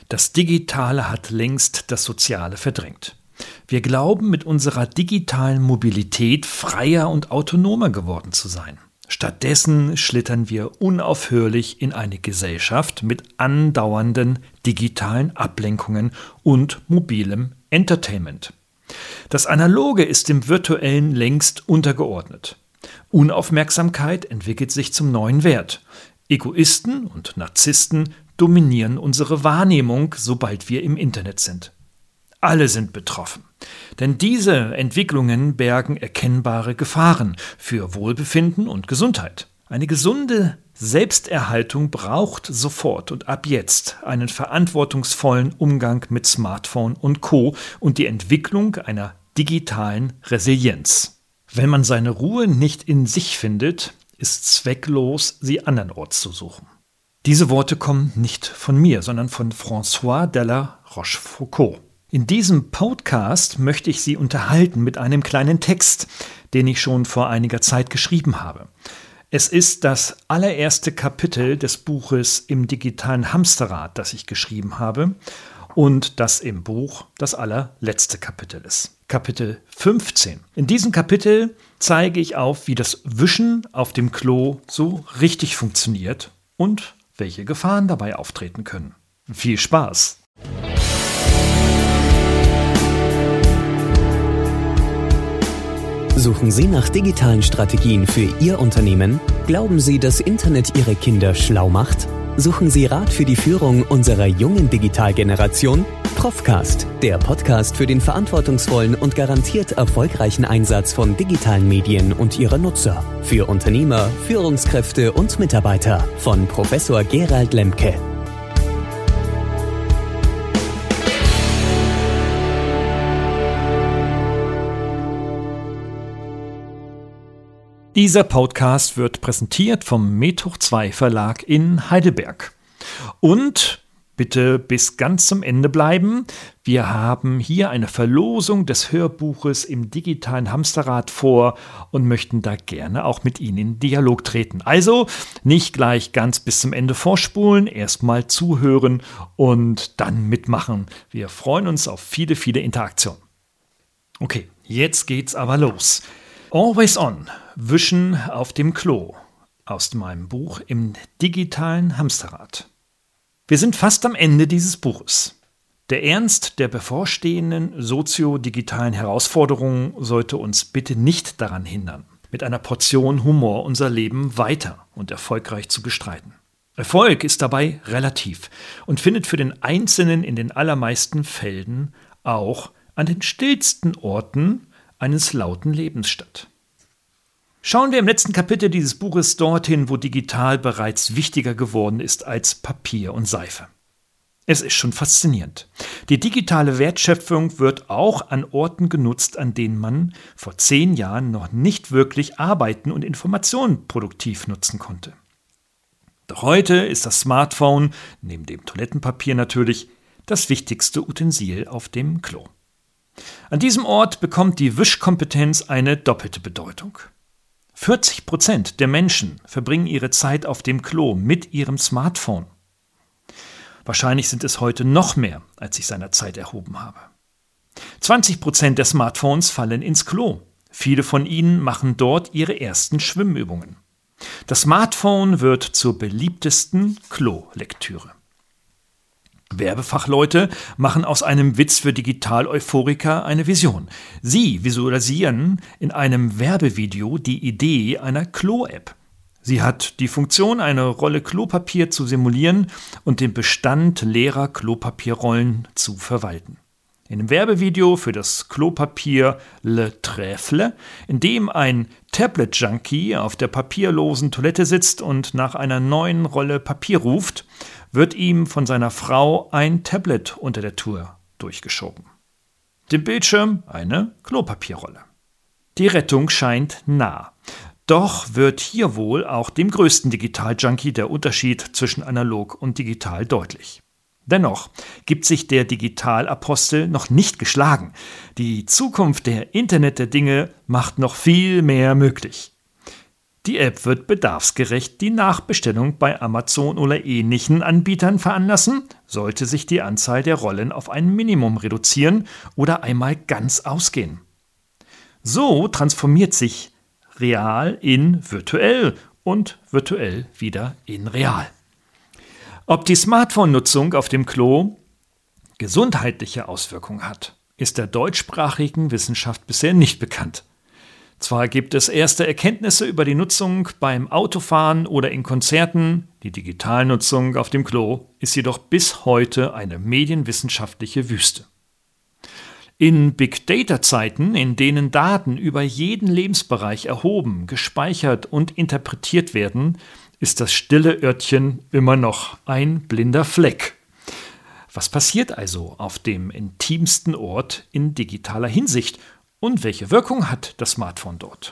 Das Digitale hat längst das Soziale verdrängt. Wir glauben, mit unserer digitalen Mobilität freier und autonomer geworden zu sein. Stattdessen schlittern wir unaufhörlich in eine Gesellschaft mit andauernden digitalen Ablenkungen und mobilem Entertainment. Das Analoge ist dem Virtuellen längst untergeordnet. Unaufmerksamkeit entwickelt sich zum neuen Wert. Egoisten und Narzissten dominieren unsere Wahrnehmung, sobald wir im Internet sind. Alle sind betroffen, denn diese Entwicklungen bergen erkennbare Gefahren für Wohlbefinden und Gesundheit. Eine gesunde Selbsterhaltung braucht sofort und ab jetzt einen verantwortungsvollen Umgang mit Smartphone und Co. und die Entwicklung einer digitalen Resilienz. Wenn man seine Ruhe nicht in sich findet, ist zwecklos, sie andernorts zu suchen. Diese Worte kommen nicht von mir, sondern von François de la Rochefoucauld. In diesem Podcast möchte ich Sie unterhalten mit einem kleinen Text, den ich schon vor einiger Zeit geschrieben habe. Es ist das allererste Kapitel des Buches Im digitalen Hamsterrad, das ich geschrieben habe und das im Buch das allerletzte Kapitel ist. Kapitel 15. In diesem Kapitel zeige ich auf, wie das Wischen auf dem Klo so richtig funktioniert und welche Gefahren dabei auftreten können. Viel Spaß! Suchen Sie nach digitalen Strategien für Ihr Unternehmen? Glauben Sie, dass Internet Ihre Kinder schlau macht? Suchen Sie Rat für die Führung unserer jungen Digitalgeneration? Profcast, der Podcast für den verantwortungsvollen und garantiert erfolgreichen Einsatz von digitalen Medien und ihrer Nutzer. Für Unternehmer, Führungskräfte und Mitarbeiter von Professor Gerald Lemke. Dieser Podcast wird präsentiert vom Med2 Verlag in Heidelberg. Und bitte bis ganz zum Ende bleiben. Wir haben hier eine Verlosung des Hörbuches Im digitalen Hamsterrad vor und möchten da gerne auch mit Ihnen in Dialog treten. Also nicht gleich ganz bis zum Ende vorspulen, erstmal zuhören und dann mitmachen. Wir freuen uns auf viele, viele Interaktionen. Okay, jetzt geht's aber los. Always on, Wischen auf dem Klo, aus meinem Buch Im digitalen Hamsterrad. Wir sind fast am Ende dieses Buches. Der Ernst der bevorstehenden soziodigitalen Herausforderungen sollte uns bitte nicht daran hindern, mit einer Portion Humor unser Leben weiter und erfolgreich zu bestreiten. Erfolg ist dabei relativ und findet für den Einzelnen in den allermeisten Fällen auch an den stillsten Orten eines lauten Lebens statt. Schauen wir im letzten Kapitel dieses Buches dorthin, wo digital bereits wichtiger geworden ist als Papier und Seife. Es ist schon faszinierend. Die digitale Wertschöpfung wird auch an Orten genutzt, an denen man vor 10 Jahren noch nicht wirklich arbeiten und Informationen produktiv nutzen konnte. Doch heute ist das Smartphone, neben dem Toilettenpapier natürlich, das wichtigste Utensil auf dem Klo. An diesem Ort bekommt die Wischkompetenz eine doppelte Bedeutung. 40% der Menschen verbringen ihre Zeit auf dem Klo mit ihrem Smartphone. Wahrscheinlich sind es heute noch mehr, als ich seinerzeit erhoben habe. 20% der Smartphones fallen ins Klo. Viele von ihnen machen dort ihre ersten Schwimmübungen. Das Smartphone wird zur beliebtesten Klo-Lektüre. Werbefachleute machen aus einem Witz für Digital-Euphoriker eine Vision. Sie visualisieren in einem Werbevideo die Idee einer Klo-App. Sie hat die Funktion, eine Rolle Klopapier zu simulieren und den Bestand leerer Klopapierrollen zu verwalten. In dem Werbevideo für das Klopapier Le Trèfle, in dem ein Tablet-Junkie auf der papierlosen Toilette sitzt und nach einer neuen Rolle Papier ruft, wird ihm von seiner Frau ein Tablet unter der Tür durchgeschoben. Dem Bildschirm eine Klopapierrolle. Die Rettung scheint nah. Doch wird hier wohl auch dem größten Digital-Junkie der Unterschied zwischen analog und digital deutlich. Dennoch gibt sich der Digitalapostel noch nicht geschlagen. Die Zukunft der Internet der Dinge macht noch viel mehr möglich. Die App wird bedarfsgerecht die Nachbestellung bei Amazon oder ähnlichen Anbietern veranlassen, sollte sich die Anzahl der Rollen auf ein Minimum reduzieren oder einmal ganz ausgehen. So transformiert sich real in virtuell und virtuell wieder in real. Ob die Smartphone-Nutzung auf dem Klo gesundheitliche Auswirkungen hat, ist der deutschsprachigen Wissenschaft bisher nicht bekannt. Zwar gibt es erste Erkenntnisse über die Nutzung beim Autofahren oder in Konzerten, die Digitalnutzung auf dem Klo ist jedoch bis heute eine medienwissenschaftliche Wüste. In Big-Data-Zeiten, in denen Daten über jeden Lebensbereich erhoben, gespeichert und interpretiert werden, ist das stille Örtchen immer noch ein blinder Fleck. Was passiert also auf dem intimsten Ort in digitaler Hinsicht und welche Wirkung hat das Smartphone dort?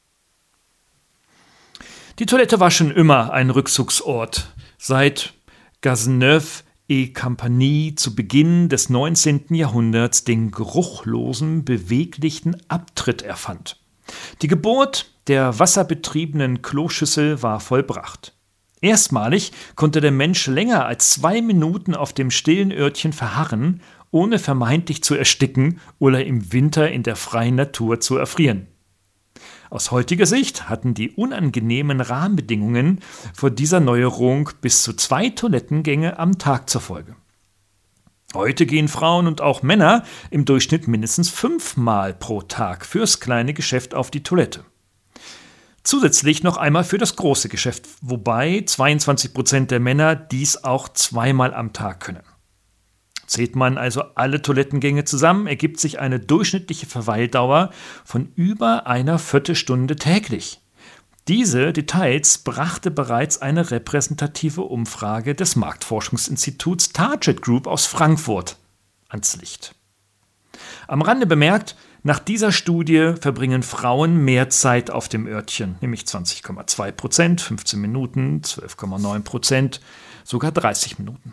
Die Toilette war schon immer ein Rückzugsort. Seit Cazeneuve-et-Compagnie zu Beginn des 19. Jahrhunderts den geruchlosen, beweglichen Abtritt erfand. Die Geburt der wasserbetriebenen Kloschüssel war vollbracht. Erstmalig konnte der Mensch länger als 2 Minuten auf dem stillen Örtchen verharren, ohne vermeintlich zu ersticken oder im Winter in der freien Natur zu erfrieren. Aus heutiger Sicht hatten die unangenehmen Rahmenbedingungen vor dieser Neuerung bis zu 2 Toilettengänge am Tag zur Folge. Heute gehen Frauen und auch Männer im Durchschnitt mindestens 5-mal pro Tag fürs kleine Geschäft auf die Toilette. Zusätzlich noch einmal für das große Geschäft, wobei 22% der Männer dies auch 2-mal am Tag können. Zählt man also alle Toilettengänge zusammen, ergibt sich eine durchschnittliche Verweildauer von über einer Viertelstunde täglich. Diese Details brachte bereits eine repräsentative Umfrage des Marktforschungsinstituts Target Group aus Frankfurt ans Licht. Am Rande bemerkt, nach dieser Studie verbringen Frauen mehr Zeit auf dem Örtchen, nämlich 20,2%, 15 Minuten, 12,9%, sogar 30 Minuten.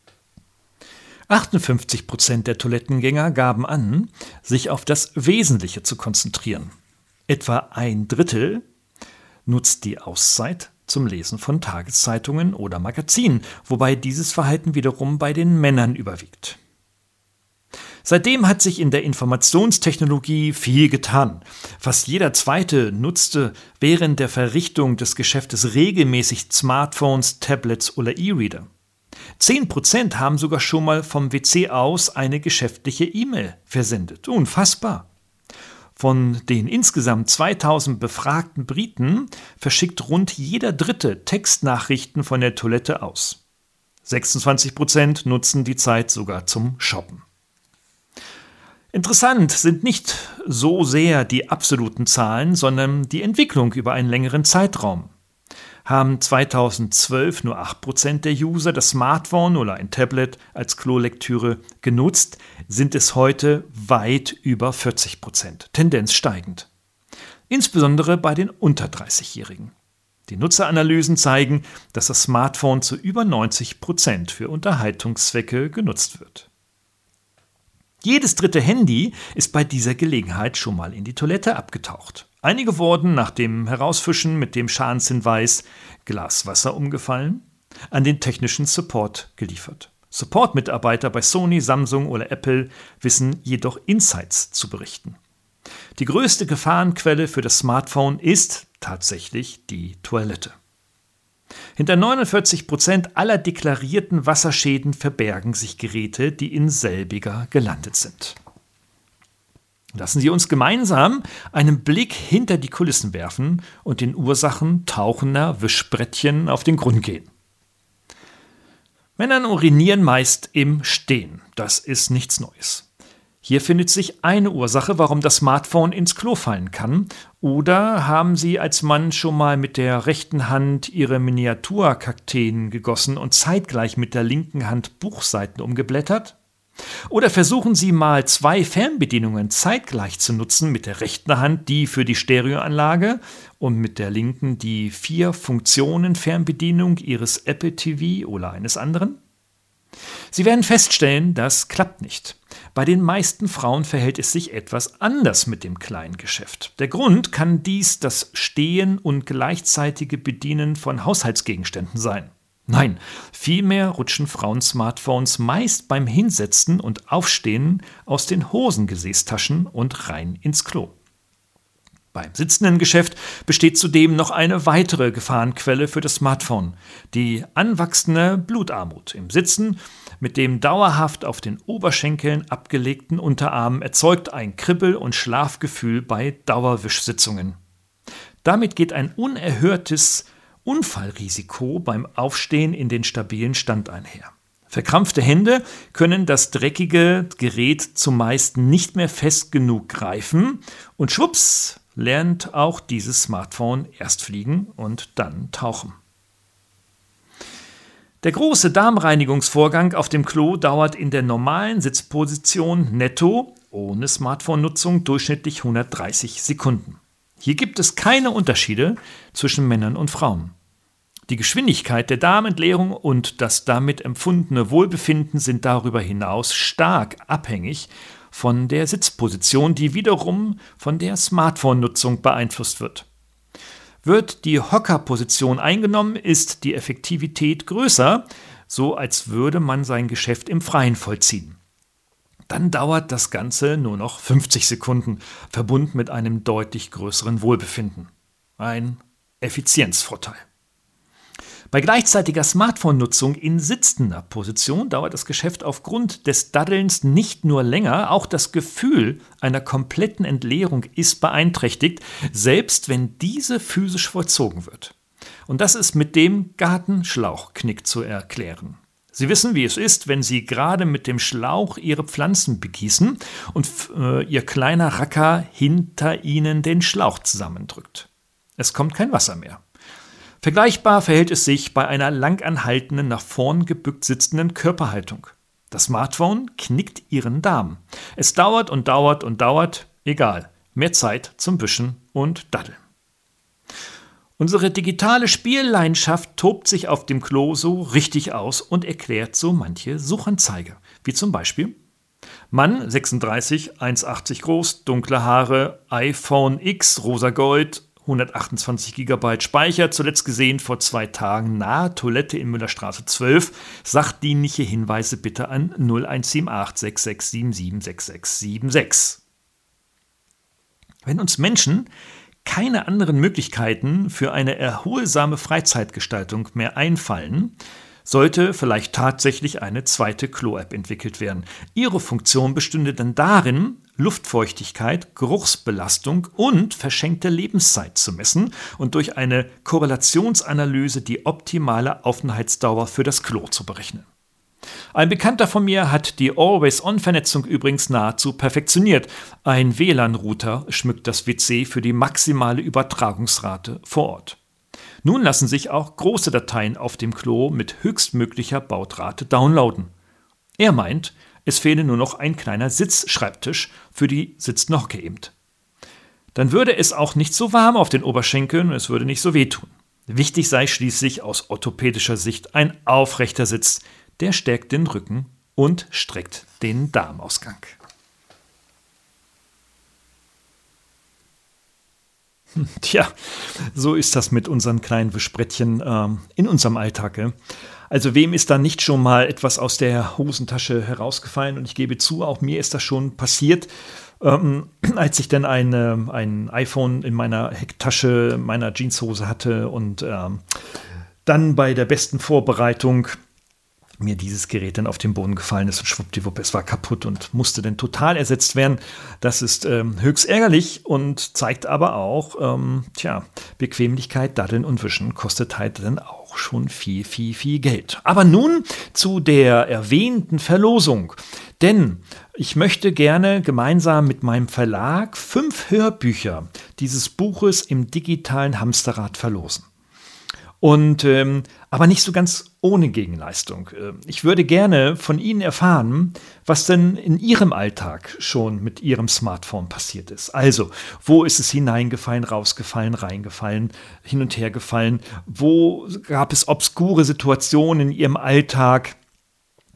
58% der Toilettengänger gaben an, sich auf das Wesentliche zu konzentrieren. Etwa 1/3 nutzt die Auszeit zum Lesen von Tageszeitungen oder Magazinen, wobei dieses Verhalten wiederum bei den Männern überwiegt. Seitdem hat sich in der Informationstechnologie viel getan. Fast jeder Zweite nutzte während der Verrichtung des Geschäftes regelmäßig Smartphones, Tablets oder E-Reader. 10% haben sogar schon mal vom WC aus eine geschäftliche E-Mail versendet. Unfassbar! Von den insgesamt 2000 befragten Briten verschickt rund jeder Dritte Textnachrichten von der Toilette aus. 26% nutzen die Zeit sogar zum Shoppen. Interessant sind nicht so sehr die absoluten Zahlen, sondern die Entwicklung über einen längeren Zeitraum. Haben 2012 nur 8% der User das Smartphone oder ein Tablet als Klolektüre genutzt, sind es heute weit über 40%, Tendenz steigend. Insbesondere bei den unter 30-Jährigen. Die Nutzeranalysen zeigen, dass das Smartphone zu über 90% für Unterhaltungszwecke genutzt wird. Jedes dritte Handy ist bei dieser Gelegenheit schon mal in die Toilette abgetaucht. Einige wurden nach dem Herausfischen mit dem Schadenshinweis Glas Wasser umgefallen an den technischen Support geliefert. Support-Mitarbeiter bei Sony, Samsung oder Apple wissen jedoch Insights zu berichten. Die größte Gefahrenquelle für das Smartphone ist tatsächlich die Toilette. Hinter 49% aller deklarierten Wasserschäden verbergen sich Geräte, die in selbiger gelandet sind. Lassen Sie uns gemeinsam einen Blick hinter die Kulissen werfen und den Ursachen tauchender Wischbrettchen auf den Grund gehen. Männer urinieren meist im Stehen. Das ist nichts Neues. Hier findet sich eine Ursache, warum das Smartphone ins Klo fallen kann. Oder haben Sie als Mann schon mal mit der rechten Hand Ihre Miniaturkakteen gegossen und zeitgleich mit der linken Hand Buchseiten umgeblättert? Oder versuchen Sie mal 2 Fernbedienungen zeitgleich zu nutzen, mit der rechten Hand die für die Stereoanlage und mit der linken die 4-Funktionen-Fernbedienung Ihres Apple TV oder eines anderen? Sie werden feststellen, das klappt nicht. Bei den meisten Frauen verhält es sich etwas anders mit dem kleinen Geschäft. Der Grund kann dies das Stehen und gleichzeitige Bedienen von Haushaltsgegenständen sein. Nein, vielmehr rutschen Frauen-Smartphones meist beim Hinsetzen und Aufstehen aus den Hosengesäßtaschen und rein ins Klo. Beim sitzenden Geschäft besteht zudem noch eine weitere Gefahrenquelle für das Smartphone: die anwachsende Blutarmut im Sitzen. Mit dem dauerhaft auf den Oberschenkeln abgelegten Unterarm erzeugt ein Kribbel- und Schlafgefühl bei Dauerwischsitzungen. Damit geht ein unerhörtes Unfallrisiko beim Aufstehen in den stabilen Stand einher. Verkrampfte Hände können das dreckige Gerät zumeist nicht mehr fest genug greifen und schwupps lernt auch dieses Smartphone erst fliegen und dann tauchen. Der große Darmreinigungsvorgang auf dem Klo dauert in der normalen Sitzposition netto, ohne Smartphone-Nutzung, durchschnittlich 130 Sekunden. Hier gibt es keine Unterschiede zwischen Männern und Frauen. Die Geschwindigkeit der Darmentleerung und das damit empfundene Wohlbefinden sind darüber hinaus stark abhängig von der Sitzposition, die wiederum von der Smartphone-Nutzung beeinflusst wird. Wird die Hockerposition eingenommen, ist die Effektivität größer, so als würde man sein Geschäft im Freien vollziehen. Dann dauert das Ganze nur noch 50 Sekunden, verbunden mit einem deutlich größeren Wohlbefinden. Ein Effizienzvorteil. Bei gleichzeitiger Smartphone-Nutzung in sitzender Position dauert das Geschäft aufgrund des Daddelns nicht nur länger, auch das Gefühl einer kompletten Entleerung ist beeinträchtigt, selbst wenn diese physisch vollzogen wird. Und das ist mit dem Gartenschlauchknick zu erklären. Sie wissen, wie es ist, wenn Sie gerade mit dem Schlauch Ihre Pflanzen begießen und Ihr kleiner Racker hinter Ihnen den Schlauch zusammendrückt. Es kommt kein Wasser mehr. Vergleichbar verhält es sich bei einer langanhaltenden, nach vorn gebückt sitzenden Körperhaltung. Das Smartphone knickt Ihren Darm. Es dauert und dauert und dauert, egal, mehr Zeit zum Wischen und Daddeln. Unsere digitale Spielleidenschaft tobt sich auf dem Klo so richtig aus und erklärt so manche Suchanzeige, wie zum Beispiel: Mann, 36, 1,80 groß, dunkle Haare, iPhone X, rosa Gold, 128 GB Speicher, zuletzt gesehen vor 2 Tagen nahe Toilette in Müllerstraße 12. Sachdienliche Hinweise bitte an 0178 6677 6676. Wenn uns Menschen keine anderen Möglichkeiten für eine erholsame Freizeitgestaltung mehr einfallen, sollte vielleicht tatsächlich eine zweite Klo-App entwickelt werden. Ihre Funktion bestünde dann darin, Luftfeuchtigkeit, Geruchsbelastung und verschenkte Lebenszeit zu messen und durch eine Korrelationsanalyse die optimale Aufenthaltsdauer für das Klo zu berechnen. Ein Bekannter von mir hat die Always-On-Vernetzung übrigens nahezu perfektioniert. Ein WLAN-Router schmückt das WC für die maximale Übertragungsrate vor Ort. Nun lassen sich auch große Dateien auf dem Klo mit höchstmöglicher Bautrate downloaden. Er meint, es fehle nur noch ein kleiner Sitzschreibtisch für die sitzende Hocke eben. Dann würde es auch nicht so warm auf den Oberschenkeln und es würde nicht so wehtun. Wichtig sei schließlich aus orthopädischer Sicht ein aufrechter Sitz, der stärkt den Rücken und streckt den Darmausgang. Tja, so ist das mit unseren kleinen Wischbrettchen in unserem Alltag. Also wem ist da nicht schon mal etwas aus der Hosentasche herausgefallen? Und ich gebe zu, auch mir ist das schon passiert, als ich dann ein iPhone in meiner Hecktasche meiner Jeanshose hatte und dann bei der besten Vorbereitung mir dieses Gerät dann auf den Boden gefallen ist und schwuppdiwupp, es war kaputt und musste dann total ersetzt werden. Das ist höchst ärgerlich und zeigt aber auch, Bequemlichkeit, Daddeln und Wischen kostet halt dann auch schon viel, viel, viel Geld. Aber nun zu der erwähnten Verlosung. Denn ich möchte gerne gemeinsam mit meinem Verlag 5 Hörbücher dieses Buches im digitalen Hamsterrad verlosen. Und aber nicht so ganz ohne Gegenleistung. Ich würde gerne von Ihnen erfahren, was denn in Ihrem Alltag schon mit Ihrem Smartphone passiert ist. Also, wo ist es hineingefallen, rausgefallen, reingefallen, hin und her gefallen? Wo gab es obskure Situationen in Ihrem Alltag?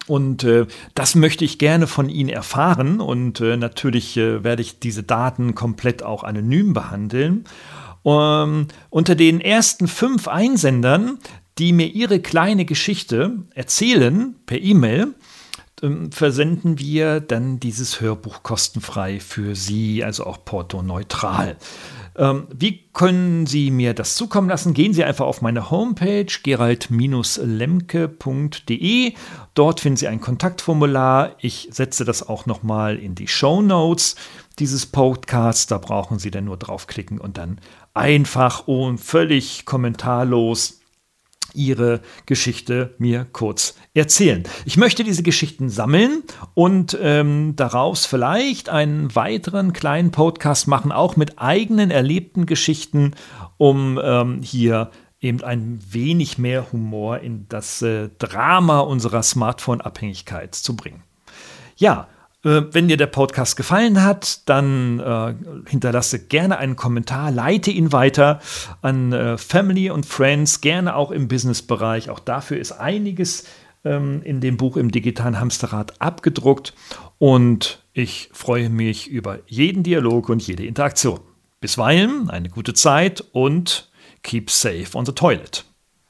Und das möchte ich gerne von Ihnen erfahren und natürlich werde ich diese Daten komplett auch anonym behandeln. Unter den ersten 5 Einsendern, die mir ihre kleine Geschichte erzählen per E-Mail, versenden wir dann dieses Hörbuch kostenfrei für Sie, also auch portoneutral. Wie können Sie mir das zukommen lassen? Gehen Sie einfach auf meine Homepage gerald-lemke.de. Dort finden Sie ein Kontaktformular. Ich setze das auch nochmal in die Shownotes dieses Podcasts. Da brauchen Sie dann nur draufklicken und dann einfach und völlig kommentarlos Ihre Geschichte mir kurz erzählen. Ich möchte diese Geschichten sammeln und daraus vielleicht einen weiteren kleinen Podcast machen, auch mit eigenen erlebten Geschichten, um hier eben ein wenig mehr Humor in das Drama unserer Smartphone-Abhängigkeit zu bringen. Ja, wenn dir der Podcast gefallen hat, dann hinterlasse gerne einen Kommentar, leite ihn weiter an Family und Friends, gerne auch im Businessbereich. Auch dafür ist einiges in dem Buch im digitalen Hamsterrad abgedruckt und ich freue mich über jeden Dialog und jede Interaktion. Bisweilen eine gute Zeit und keep safe on the toilet.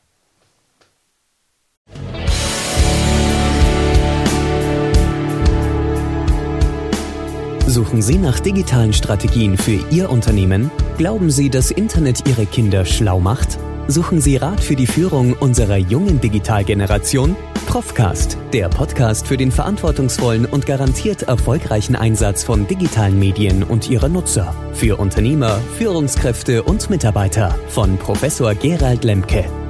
Suchen Sie nach digitalen Strategien für Ihr Unternehmen? Glauben Sie, dass Internet Ihre Kinder schlau macht? Suchen Sie Rat für die Führung unserer jungen Digitalgeneration? Profcast, der Podcast für den verantwortungsvollen und garantiert erfolgreichen Einsatz von digitalen Medien und ihrer Nutzer. Für Unternehmer, Führungskräfte und Mitarbeiter von Professor Gerald Lemke.